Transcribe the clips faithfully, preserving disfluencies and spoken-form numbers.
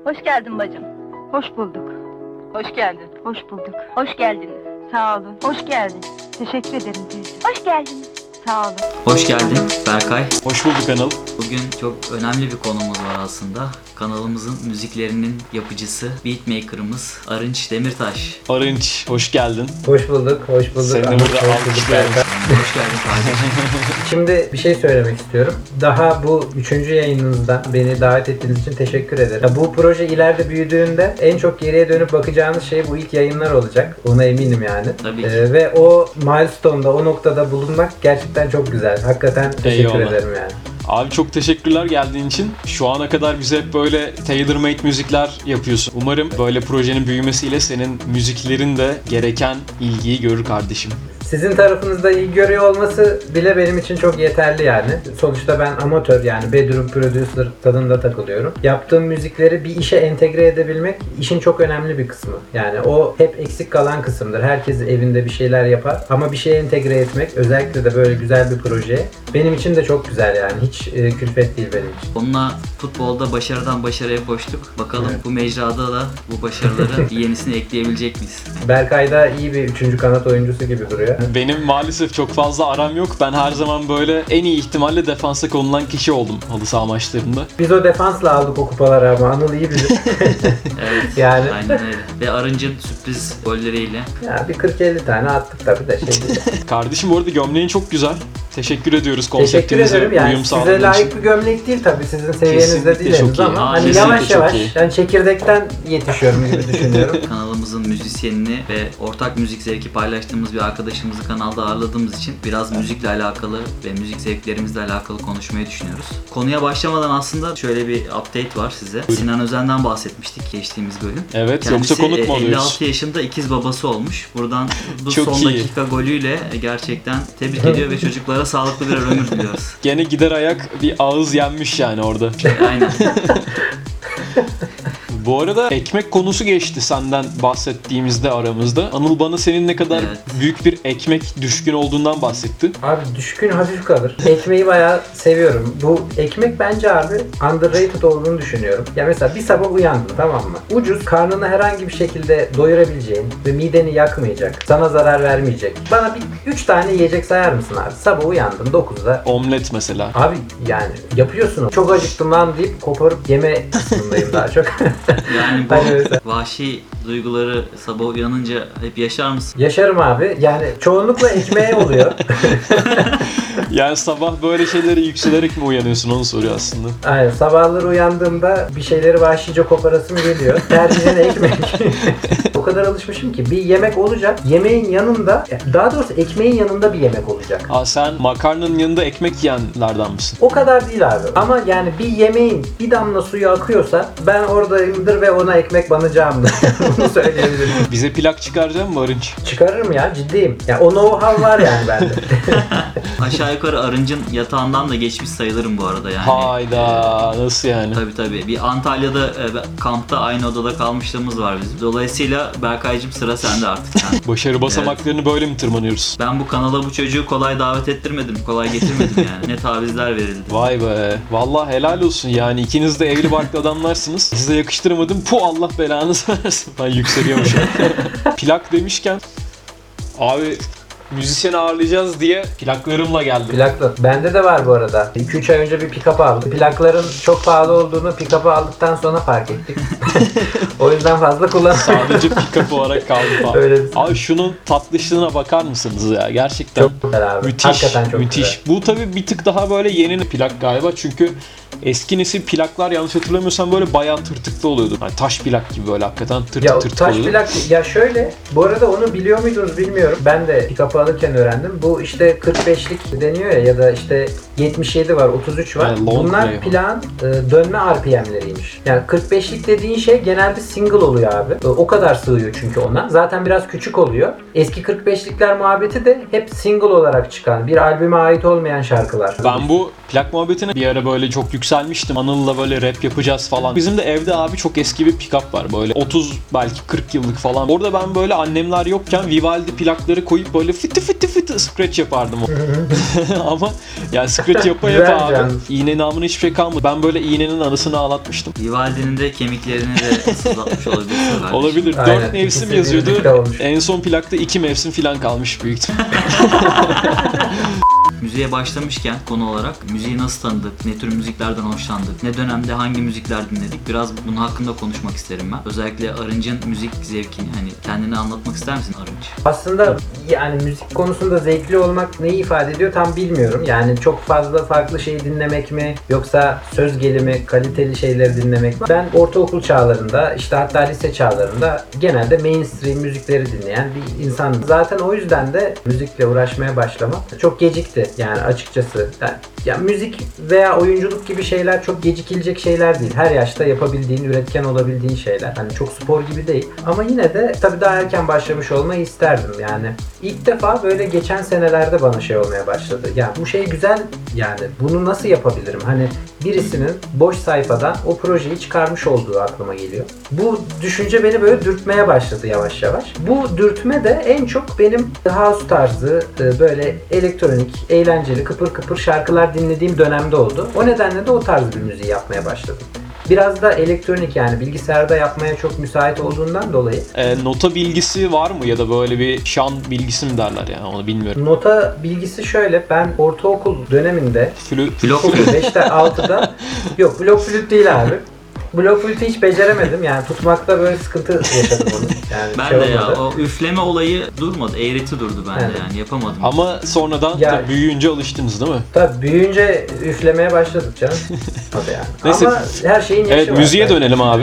Hoş geldin bacım. Hoş bulduk. Hoş geldin. Hoş bulduk. Hoş geldiniz. Sağ olun. Hoş geldin. Teşekkür ederim teyze. Hoş geldiniz. Sağ olun. Hoş geldin Berkay. Hoş bulduk Anıl. Bugün çok önemli bir konumuz var aslında. Kanalımızın müziklerinin yapıcısı, beatmaker'ımız Arınç Demirtaş. Arınç, hoş geldin. Hoş bulduk, hoş bulduk. Seni de Ahmet, burada hoş bulduk alkışlıyorum. Berkay. Hoş geldin kardeşim. Şimdi bir şey söylemek istiyorum. Daha bu üçüncü yayınınızda beni davet ettiğiniz için teşekkür ederim. Ya bu proje ileride büyüdüğünde en çok geriye dönüp bakacağınız şey bu ilk yayınlar olacak. Ona eminim yani. Tabii ki. Ee, ve o milestone'da, o noktada bulunmak gerçekten çok güzel. Hakikaten teşekkür Eyvallah. ederim yani. Abi çok teşekkürler geldiğin için. Şu ana kadar bize hep böyle tailor-made müzikler yapıyorsun. Umarım böyle projenin büyümesiyle senin müziklerin de gereken ilgiyi görür kardeşim. Sizin tarafınızda iyi görüyor olması bile benim için çok yeterli yani. Sonuçta ben amatör yani bedroom producer tadında takılıyorum. Yaptığım müzikleri bir işe entegre edebilmek işin çok önemli bir kısmı. Yani o hep eksik kalan kısımdır. Herkes evinde bir şeyler yapar ama bir şeye entegre etmek, özellikle de böyle güzel bir projeye, benim için de çok güzel yani. Hiç e, külfet değil benim için. Onunla futbolda başarıdan başarıya koştuk. Bakalım Evet. bu mecrada da bu başarıları yenisini ekleyebilecek miyiz? Berkay da iyi bir üçüncü kanat oyuncusu gibi duruyor. Benim maalesef çok fazla aram yok. Ben her zaman böyle en iyi ihtimalle defansa konulan kişi oldum halı saha maçlarında. Biz o defansla aldık o kupaları ama Anıl iyi bilir. Evet. Yani. Aynen öyle. Ve Arınç'ın sürpriz golleriyle. Ya bir kırk elli tane attık tabii de şey değil. Kardeşim bu arada gömleğin çok güzel. Teşekkür ediyoruz Teşekkür konseptimize ederim yani uyum size sağladığın için. layık bir gömlek değil tabii sizin seviyenizde Kesinlikle değil çok henüz iyi. ama Aa, hani kesinlikle yavaş çok yavaş iyi. yani çekirdekten yetişiyorum gibi düşünüyorum. Kanalımızın müzisyenini ve ortak müzik zevki paylaştığımız bir arkadaşımızı kanalda ağırladığımız için biraz müzikle alakalı ve müzik zevklerimizle alakalı konuşmayı düşünüyoruz. Konuya başlamadan aslında şöyle bir update var size. Sinan Özen'den bahsetmiştik geçtiğimiz bölüm. Evet, Kendisi yoksa konuk mu elli oluyoruz? altı yaşında ikiz babası olmuş. Buradan bu Çok son iyi. dakika golüyle gerçekten tebrik ediyor ve çocuklara sağlıklı bir ömür diliyoruz. Gene gider ayak bir ağız yenmiş yani orada. Aynen. Bu arada ekmek konusu geçti senden bahsettiğimizde aramızda. Anıl bana senin ne kadar Evet. büyük bir ekmek düşkün olduğundan bahsetti. Abi düşkün hafif kalır. Ekmeği bayağı seviyorum. Bu ekmek bence abi underrated olduğunu düşünüyorum. Ya mesela bir sabah uyandın, tamam mı? Ucuz, karnını herhangi bir şekilde doyurabileceğin ve mideni yakmayacak, sana zarar vermeyecek. Bana bir üç tane yiyecek sayar mısın abi? Sabah uyandın dokuzda. Omlet mesela. Abi yani yapıyorsun onu. Çok acıktım lan deyip koparıp yeme kısmındayım daha çok. Yani bu Hani mesela- vahşi duyguları sabah uyanınca hep yaşar mısın? Yaşarım abi. Yani çoğunlukla ekmeğe oluyor. Yani sabah böyle şeylere yükselerek mi uyanıyorsun onu soruyor aslında. Aynen. Sabahları uyandığımda bir şeyleri vahşice koparasım geliyor. Tercihen ekmek. O kadar alışmışım ki bir yemek olacak. Yemeğin yanında, daha doğrusu ekmeğin yanında bir yemek olacak. Aa, sen makarnanın yanında ekmek yiyenlerden misin? O kadar değil abi. Ama yani bir yemeğin bir damla suyu akıyorsa ben oradayımdır ve ona ekmek banacağımdır. Bunu söyleyebilirim. Bize plak çıkaracak mı Arınç? Çıkarırım ya, ciddiyim. Ya o know-how var yani bende. Aşağı yukarı Arınç'ın yatağından da geçmiş sayılırım bu arada yani. Hayda, nasıl yani? Tabii tabii. Bir Antalya'da e, kampta aynı odada kalmışlığımız var bizim. Dolayısıyla Berkay'cığım sıra sende artık. Sen. Başarı basamaklarını böyle mi tırmanıyoruz? Ben bu kanala bu çocuğu kolay davet ettirmedim. Kolay getirmedim yani. Ne tavizler verildi. Vay be. Vallahi helal olsun yani ikiniz de evli barklı adamlarsınız. Size yakıştıramadım. Pu Allah belanızı versin. Ben yükseliyormuşum. Plak demişken abi müzisyen ağırlayacağız diye plaklarımla geldim. Plaklı. Bende de var bu arada. iki üç ay önce bir pick-up aldım. Plakların çok pahalı olduğunu pick-up'ı aldıktan sonra fark ettik. O yüzden fazla kullanamıyorum. Sadece pick-up olarak kaldı falan. Öyle. Abi şunun tatlışlığına bakar mısınız ya? Gerçekten Çok güzel abi. müthiş. Hakikaten çok müthiş. güzel. Bu tabii bir tık daha böyle yeni plak galiba çünkü eski nesil plaklar yanlış hatırlamıyorsam böyle bayağı tırtıklı oluyordu. Yani taş plak gibi böyle hakikaten tırtık Ya tırtık taş oluyordu. plak, ya şöyle, bu arada onu biliyor muydunuz bilmiyorum. Ben de pick-up'ı alırken öğrendim. Bu işte kırk beşlik deniyor ya, ya da işte yetmiş yedi var, otuz üç var. Yani long Bunlar play. plağın e, dönme R P M'leriymiş. Yani kırk beşlik dediğin şey genelde single oluyor abi. E, o kadar sığıyor çünkü ona. Zaten biraz küçük oluyor. Eski kırk beşlikler muhabbeti de hep single olarak çıkan, bir albüme ait olmayan şarkılar. Ben bu plak muhabbetine bir ara böyle çok yüksek yükselmiştim. Anıl'la böyle rap yapacağız falan. Bizim de evde abi çok eski bir pick-up var böyle. otuz belki kırk yıllık falan. Orada ben böyle annemler yokken Vivaldi plakları koyup böyle fıtı fıtı fıtı scratch yapardım. Ama yani scratch yapa yapa Güzel abi. canım. İğne namına hiçbir şey kalmadı. Ben böyle iğnenin anısını ağlatmıştım. Vivaldi'nin de kemiklerini de sızlatmış olabilir. kardeşim. Olabilir. Aynen. Dört mevsim İkisi yazıyordu. birlikte olmuş. En son plakta iki mevsim falan kalmış büyük ihtimal. Müziğe başlamışken konu olarak müziği nasıl tanıdık, ne tür müziklerden hoşlandık, ne dönemde hangi müzikler dinledik, biraz bunun hakkında konuşmak isterim ben. Özellikle Arınç'ın müzik zevkini, hani kendini anlatmak ister misin Arınç? Aslında yani müzik konusunda zevkli olmak neyi ifade ediyor tam bilmiyorum. Yani çok fazla farklı şey dinlemek mi yoksa söz gelimi, kaliteli şeyleri dinlemek mi? Ben ortaokul çağlarında işte hatta lise çağlarında genelde mainstream müzikleri dinleyen bir insandım. Zaten o yüzden de müzikle uğraşmaya başlamak çok gecikti yani açıkçası. Yani, ya müzik veya oyunculuk gibi şeyler çok gecikilecek şeyler değil. Her yaşta yapabildiğin, üretken olabildiğin şeyler. Hani çok spor gibi değil. Ama yine de tabii daha erken başlamış olmayı isterdim yani. İlk defa böyle geçen senelerde bana şey olmaya başladı. Ya bu şey güzel yani bunu nasıl yapabilirim? Hani birisinin boş sayfadan o projeyi çıkarmış olduğu aklıma geliyor. Bu düşünce beni böyle dürtmeye başladı yavaş yavaş. Bu dürtme de en çok benim house tarzı böyle elektronik, eğlenceli, kıpır kıpır şarkılar dinlediğim dönemde oldu. O nedenle de o tarz bir müziği yapmaya başladım. Biraz da elektronik yani bilgisayarda yapmaya çok müsait olduğundan dolayı. E, nota bilgisi var mı ya da böyle bir şan bilgisi mi derler yani onu bilmiyorum. Nota bilgisi şöyle, ben ortaokul döneminde Flüt. Blok beşte altıda yok blok flüt değil abi. Blok flütü hiç beceremedim yani tutmakta böyle sıkıntı yaşadım onu. Yani Ben şey de ya olmadı. o üfleme olayı durmadı, eğreti durdu bende Evet. yani yapamadım. Ama sonradan Ya- tabii büyüyünce alıştınız değil mi? Tabii büyüyünce üflemeye başladık canım. Tabii yani. Neyse. Ama her şeyin yaşı Evet var. müziğe tabii. dönelim abi.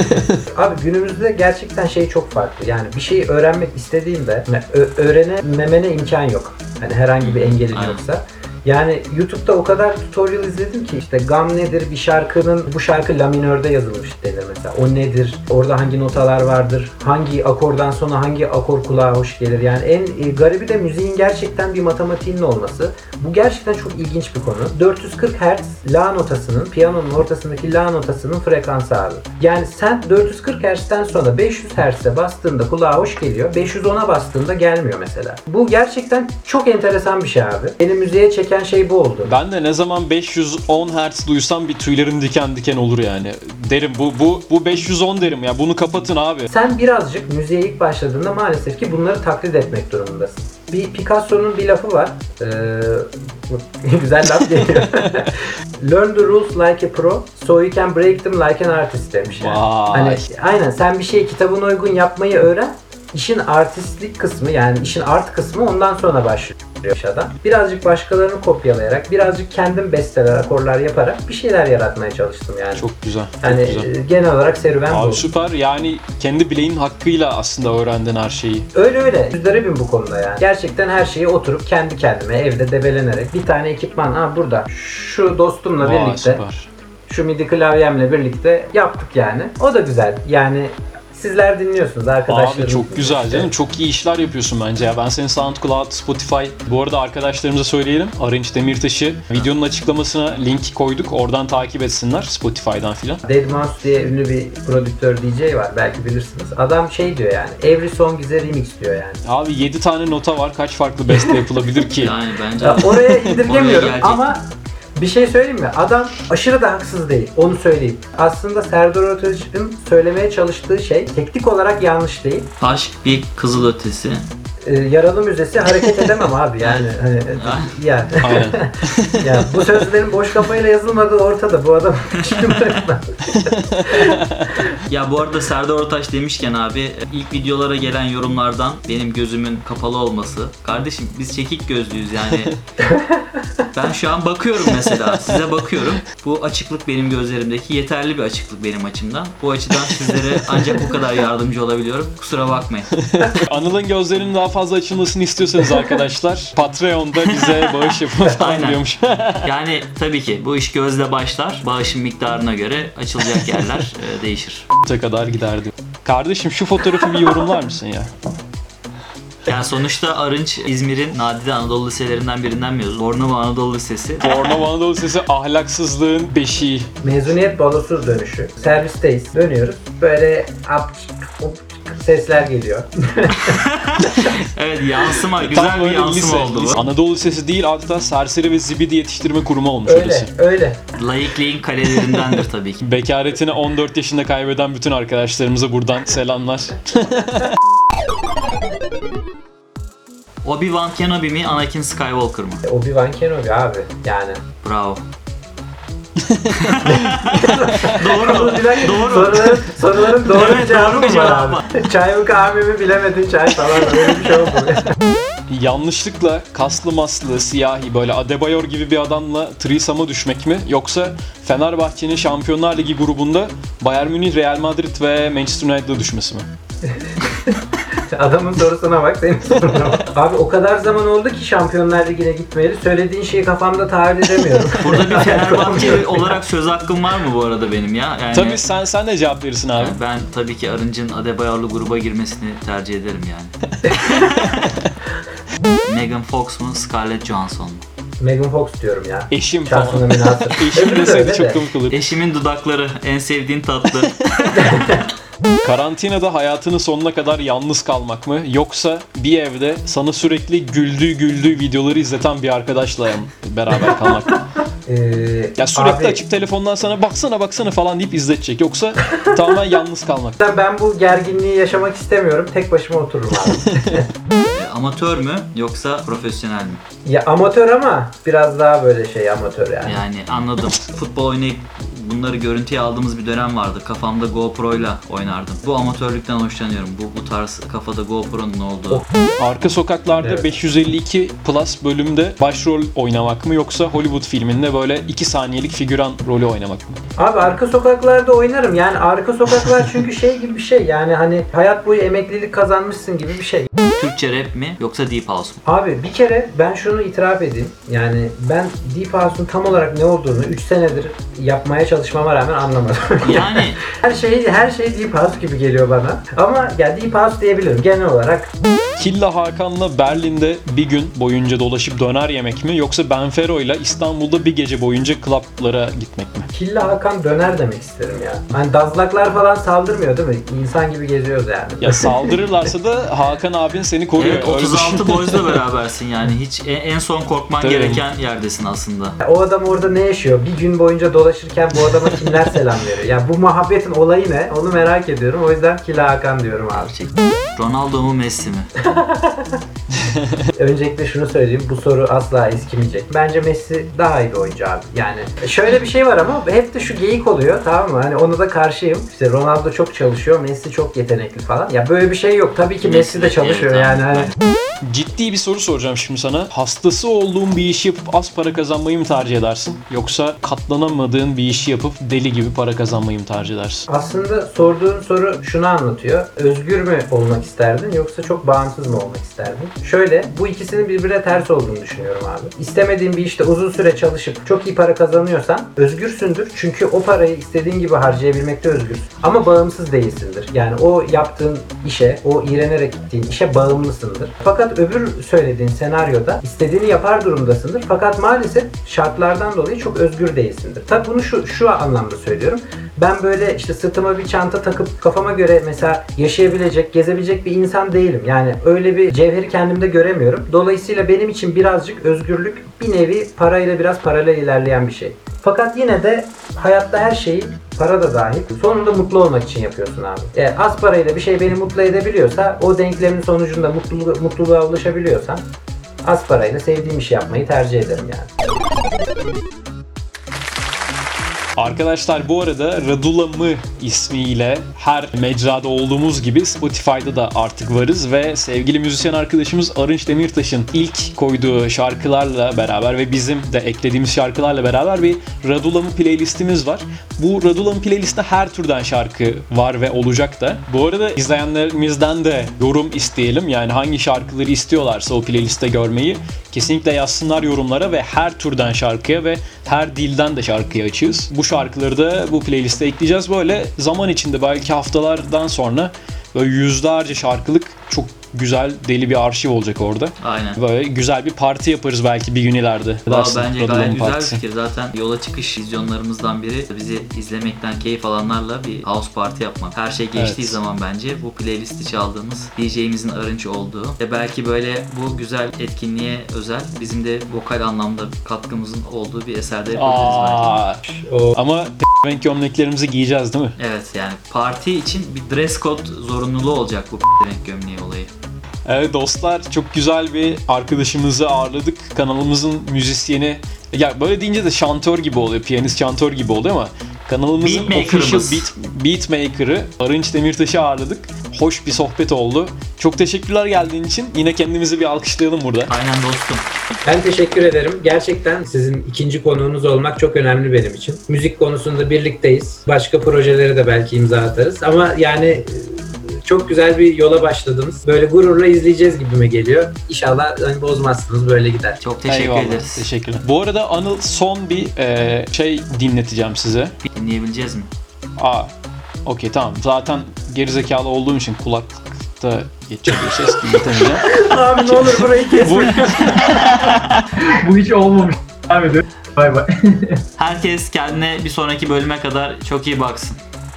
Abi günümüzde gerçekten şey çok farklı. Yani bir şeyi öğrenmek istediğinde ö- öğrenememene imkan yok. Hani herhangi bir engelin Aynen. yoksa. Yani YouTube'da o kadar tutorial izledim ki işte gam nedir, bir şarkının bu şarkı la minörde yazılmış denir mesela. O nedir? Orada hangi notalar vardır? Hangi akordan sonra hangi akor kulağa hoş gelir? Yani en e, garibi de müziğin gerçekten bir matematiğinin olması. Bu gerçekten çok ilginç bir konu. dört yüz kırk hertz la notasının, piyanonun ortasındaki la notasının frekansı abi. Yani sen dört yüz kırk hertz'ten sonra beş yüz hertz'e bastığında kulağa hoş geliyor. beş yüz ona bastığında gelmiyor mesela. Bu gerçekten çok enteresan bir şey abi. Beni müziğe çeken şey bu oldu. Ben de ne zaman beş yüz on hertz duysam bir tüylerim diken diken olur yani. Derim bu bu bu beş yüz on derim ya bunu kapatın abi. Sen birazcık müziğe ilk başladığında maalesef ki bunları taklit etmek durumundasın. Bir Picasso'nun bir lafı var. Ee, güzel laf geliyor. Learn the rules like a pro, so you can break them like an artist demiş yani. Vay. Hani aynen sen bir şeyi kitabına uygun yapmayı öğren. İşin artistlik kısmı yani işin art kısmı ondan sonra başlıyor iş adam. Birazcık başkalarını kopyalayarak, birazcık kendim besteler, akorlar yaparak bir şeyler yaratmaya çalıştım yani. Çok güzel. Çok yani güzel. e, genel olarak serüven Abi bu. süper yani kendi bileğin hakkıyla aslında öğrendin her şeyi. Öyle öyle. Müzdaribim bu konuda yani. Gerçekten her şeyi oturup kendi kendime evde debelenerek bir tane ekipman ha burada şu dostumla Vay birlikte süper. şu midi klavyemle birlikte yaptık yani. O da güzel. Yani sizler dinliyorsunuz arkadaşlarım. Abi çok güzel işte. canım. Çok iyi işler yapıyorsun bence ya. Ben senin SoundCloud, Spotify. Bu arada arkadaşlarımıza söyleyelim. Arınç Demirtaş'ı videonun açıklamasına link koyduk. Oradan takip etsinler Spotify'dan filan. Dead Mouse diye ünlü bir prodüktör D J var. Belki bilirsiniz. Adam şey diyor yani. Every song is a remix diyor yani. Abi yedi tane nota var. Kaç farklı beste yapılabilir ki? Yani bence Ya oraya Oraya indirgemiyorum gelecek. ama bir şey söyleyeyim mi? Adam aşırı da haksız değil. Onu söyleyeyim. Aslında Serdar Ortaç'ın söylemeye çalıştığı şey teknik olarak yanlış değil. aşk bir kızılötesi. Ee, yaralı müzesi hareket edemem abi yani. Hani, yani. Aynen. ya bu sözlerin boş kafayla yazılmadığı ortada. Bu adam şimdi bırakma. Ya bu arada Serdar Ortaç demişken abi ilk videolara gelen yorumlardan benim gözümün kapalı olması. Kardeşim biz çekik gözlüyüz yani. Ben şu an bakıyorum mesela. Size bakıyorum. Bu açıklık benim gözlerimdeki yeterli bir açıklık benim açımdan. Bu açıdan sizlere ancak bu kadar yardımcı olabiliyorum. Kusura bakmayın. Anıl'ın gözlerinin daha fazla açılmasını istiyorsanız arkadaşlar Patreon'da bize bağış yapın falan Aynen. diyormuş. Yani tabii ki bu iş gözle başlar. Bağışın miktarına göre açılacak yerler e, değişir. Ne kadar giderdi. Kardeşim şu fotoğrafı bir yorumlar mısın ya? Yani sonuçta Arınç İzmir'in nadide Anadolu liselerinden birinden mezun. Bornova Anadolu Lisesi. Bornova Anadolu Lisesi ahlaksızlığın beşiği. Mezuniyet balosuz dönüşü. Servisteyiz. Dönüyoruz. Böyle ap sesler geliyor. Evet, yansıma. Güzel Tam bir böyle yansıma lise, oldu lise. bu. Anadolu Lisesi değil, adeta serseri ve zibidi yetiştirme kurumu olmuş Öyle, orası. öyle. Laikliğin kalelerindendir tabii ki. Bekaretini on dört yaşında kaybeden bütün arkadaşlarımıza buradan selamlar. Obi-Wan Kenobi mi, Anakin Skywalker mı? Obi-Wan Kenobi abi. Yani. Bravo. Doğru mu? Doğru. Soruların, soruların doğru Evet, cevabı doğru bir mı cevap var abi? Çay mı kahve mi bilemedin çay falan öyle bir şey oldu. Yanlışlıkla kaslı maslı, siyahi böyle Adebayor gibi bir adamla threesome'a düşmek mi? Yoksa Fenerbahçe'nin Şampiyonlar Ligi grubunda Bayern Münih, Real Madrid ve Manchester United'a düşmesi mi? Adamın sorusuna bak, senin soruna bak. Abi o kadar zaman oldu ki Şampiyonlar Ligi'ne gitmeyeli. Söylediğin şeyi kafamda tahayyül edemiyorum. Burada bir Fenerbahçe olarak söz hakkım var mı bu arada benim ya? Yani, Tabii sen sen de cevap verirsin abi. yani ben tabii ki Arınç'ın Adebayor'lu gruba girmesini tercih ederim yani. Megan Fox mu, Scarlett Johansson mu? Megan Fox diyorum ya. Eşim Şahsına falan. münasır. Eşim Öbürü de deseydi öyle çok de. komik olur. Eşimin dudakları, en sevdiğin tatlı. Karantinada hayatının sonuna kadar yalnız kalmak mı? Yoksa bir evde sana sürekli güldüğü güldüğü videoları izleten bir arkadaşla beraber kalmak mı? Ee, Ya sürekli abi, açıp telefondan sana baksana baksana falan deyip izletecek. Yoksa tamamen yalnız kalmak. ben bu gerginliği yaşamak istemiyorum. Tek başıma otururum abi. E, Amatör mü yoksa profesyonel mi? Ya amatör ama biraz daha böyle şey amatör yani. Yani anladım. Futbol oynayıp bunları görüntüye aldığımız bir dönem vardı. Kafamda GoPro'yla oynardım. Bu amatörlükten hoşlanıyorum. Bu bu tarz kafada GoPro'nun olduğu. Arka Sokaklar'da Evet. beş yüz elli iki Plus bölümde başrol oynamak mı? Yoksa Hollywood filminde böyle iki saniyelik figüran rolü oynamak mı? Abi arka sokaklarda oynarım. Yani arka sokaklar çünkü şey gibi bir şey. Yani hani hayat boyu emeklilik kazanmışsın gibi bir şey. Türkçe rap mi yoksa Deep House mu? Abi bir kere ben şunu itiraf edeyim. Yani ben Deep House'un tam olarak ne olduğunu üç senedir yapmaya çalışmama rağmen anlamadım. Yani her şey her şey Deep House gibi geliyor bana. Ama ya Deep House diyebilirim genel olarak. Killa Hakan'la Berlin'de bir gün boyunca dolaşıp döner yemek mi? Yoksa Benfero'yla İstanbul'da bir gece boyunca klaplara gitmek mi? Killa Hakan döner demek isterim ya. Hani dazlaklar falan saldırmıyor değil mi? İnsan gibi geziyoruz yani. Ya saldırırlarsa da Hakan abin seni koruyor. evet, Öyle otuz altı düşün. boyuzla berabersin yani. Hiç en, en son korkman Tabii. gereken yerdesin aslında. O adam orada ne yaşıyor? Bir gün boyunca dolaşırken bu adama kimler selam veriyor? Ya bu muhabbetin olayı ne? Onu merak ediyorum. O yüzden Killa Hakan diyorum abi. Ronaldo mu Messi mi? Öncelikle şunu söyleyeyim. Bu soru asla eskimeyecek. Bence Messi daha iyi bir oyuncu abi. Yani şöyle bir şey var ama hep de şu geyik oluyor, tamam mı? Hani ona da karşıyım. İşte Ronaldo çok çalışıyor, Messi çok yetenekli falan. Ya böyle bir şey yok. Tabii ki Messi de çalışıyor Evet, yani. Hani Ciddi bir soru soracağım şimdi sana. Hastası olduğun bir işi yapıp az para kazanmayı mı tercih edersin? Yoksa katlanamadığın bir işi yapıp deli gibi para kazanmayı mı tercih edersin? aslında sorduğun soru şunu anlatıyor. Özgür mü olmak isterdin yoksa çok bağımsız mı olmak isterdin? Şöyle, bu ikisinin birbirine ters olduğunu düşünüyorum abi. İstemediğin bir işte uzun süre çalışıp çok iyi para kazanıyorsan özgürsündür. Çünkü o parayı istediğin gibi harcayabilmekte özgürsün. Ama bağımsız değilsindir. Yani o yaptığın işe, o iğrenerek gittiğin işe bağımlısındır. Fakat öbür söylediğin senaryoda istediğini yapar durumdasındır. Fakat maalesef şartlardan dolayı çok özgür değilsindir. Tabii bunu şu, şu anlamda söylüyorum. Ben böyle işte sırtıma bir çanta takıp kafama göre mesela yaşayabilecek, gezebilecek bir insan değilim. Yani öyle bir cevheri kendimde göremiyorum. Dolayısıyla benim için birazcık özgürlük bir nevi parayla biraz paralel ilerleyen bir şey. Fakat yine de hayatta her şeyi, para da dahil, sonunda mutlu olmak için yapıyorsun abi. Eğer az parayla bir şey beni mutlu edebiliyorsa, o denklemin sonucunda mutluluğa, mutluluğa ulaşabiliyorsam az parayla sevdiğim işi yapmayı tercih ederim yani. Arkadaşlar bu arada Radula mı ismiyle her mecrada olduğumuz gibi Spotify'da da artık varız ve sevgili müzisyen arkadaşımız Arınç Demirtaş'ın ilk koyduğu şarkılarla beraber ve bizim de eklediğimiz şarkılarla beraber bir Radula mı playlistimiz var. Bu Radula mı playlistinde her türden şarkı var ve olacak da. Bu arada izleyenlerimizden de yorum isteyelim. Yani hangi şarkıları istiyorlarsa o playlistte görmeyi kesinlikle yazsınlar yorumlara ve her türden şarkıya ve her dilden de şarkıya açığız. Bu şarkıları da bu playliste ekleyeceğiz. Böyle zaman içinde belki haftalardan sonra böyle yüzlerce şarkılık çok güzel deli bir arşiv olacak orada. Aynen. Böyle güzel bir parti yaparız belki bir gün ileride. Valla Dersin, bence Radyo'nun gayet güzel partisi. bir fikir. Zaten yola çıkış vizyonlarımızdan biri bizi izlemekten keyif alanlarla bir house party yapmak. Her şey geçtiği Evet. zaman bence bu playlisti çaldığımız D J'imizin Arınç olduğu ve belki böyle bu güzel etkinliğe özel bizim de vokal anlamda katkımızın olduğu bir eserde yapabiliriz belki. Aa, O ama renk gömleklerimizi giyeceğiz değil mi? Evet yani parti için bir dress code zorunluluğu olacak bu renk gömleği olayı. Evet dostlar, çok güzel bir arkadaşımızı ağırladık. Kanalımızın müzisyeni, ya böyle deyince de şantör gibi oluyor, piyanist şantör gibi oluyor ama kanalımızın Beatmaker'ımız. official beat, beatmaker'ı Arınç Demirtaş'ı ağırladık. Hoş bir sohbet oldu. Çok teşekkürler geldiğin için. Yine kendimizi bir alkışlayalım burada. Aynen dostum. Ben teşekkür ederim. Gerçekten sizin ikinci konuğunuz olmak çok önemli benim için. Müzik konusunda birlikteyiz. Başka projelere de belki imza atarız. Ama yani e, çok güzel bir yola başladınız. Böyle gururla izleyeceğiz gibime geliyor. İnşallah hani bozmazsınız, böyle gider. Çok teşekkür Eyvallah, ederiz. teşekkürler. Bu arada Anıl, son bir e, şey dinleteceğim size. Dinleyebileceğiz mi? Aa, okey tamam. Zaten gerizekalı olduğum için kulaklıkta geçecek bir ses dinletemeyeceğim. Abi ne olur burayı kes. Bu, Bu hiç olmamış. Devam edelim. Bay bay. Herkes kendine bir sonraki bölüme kadar çok iyi baksın.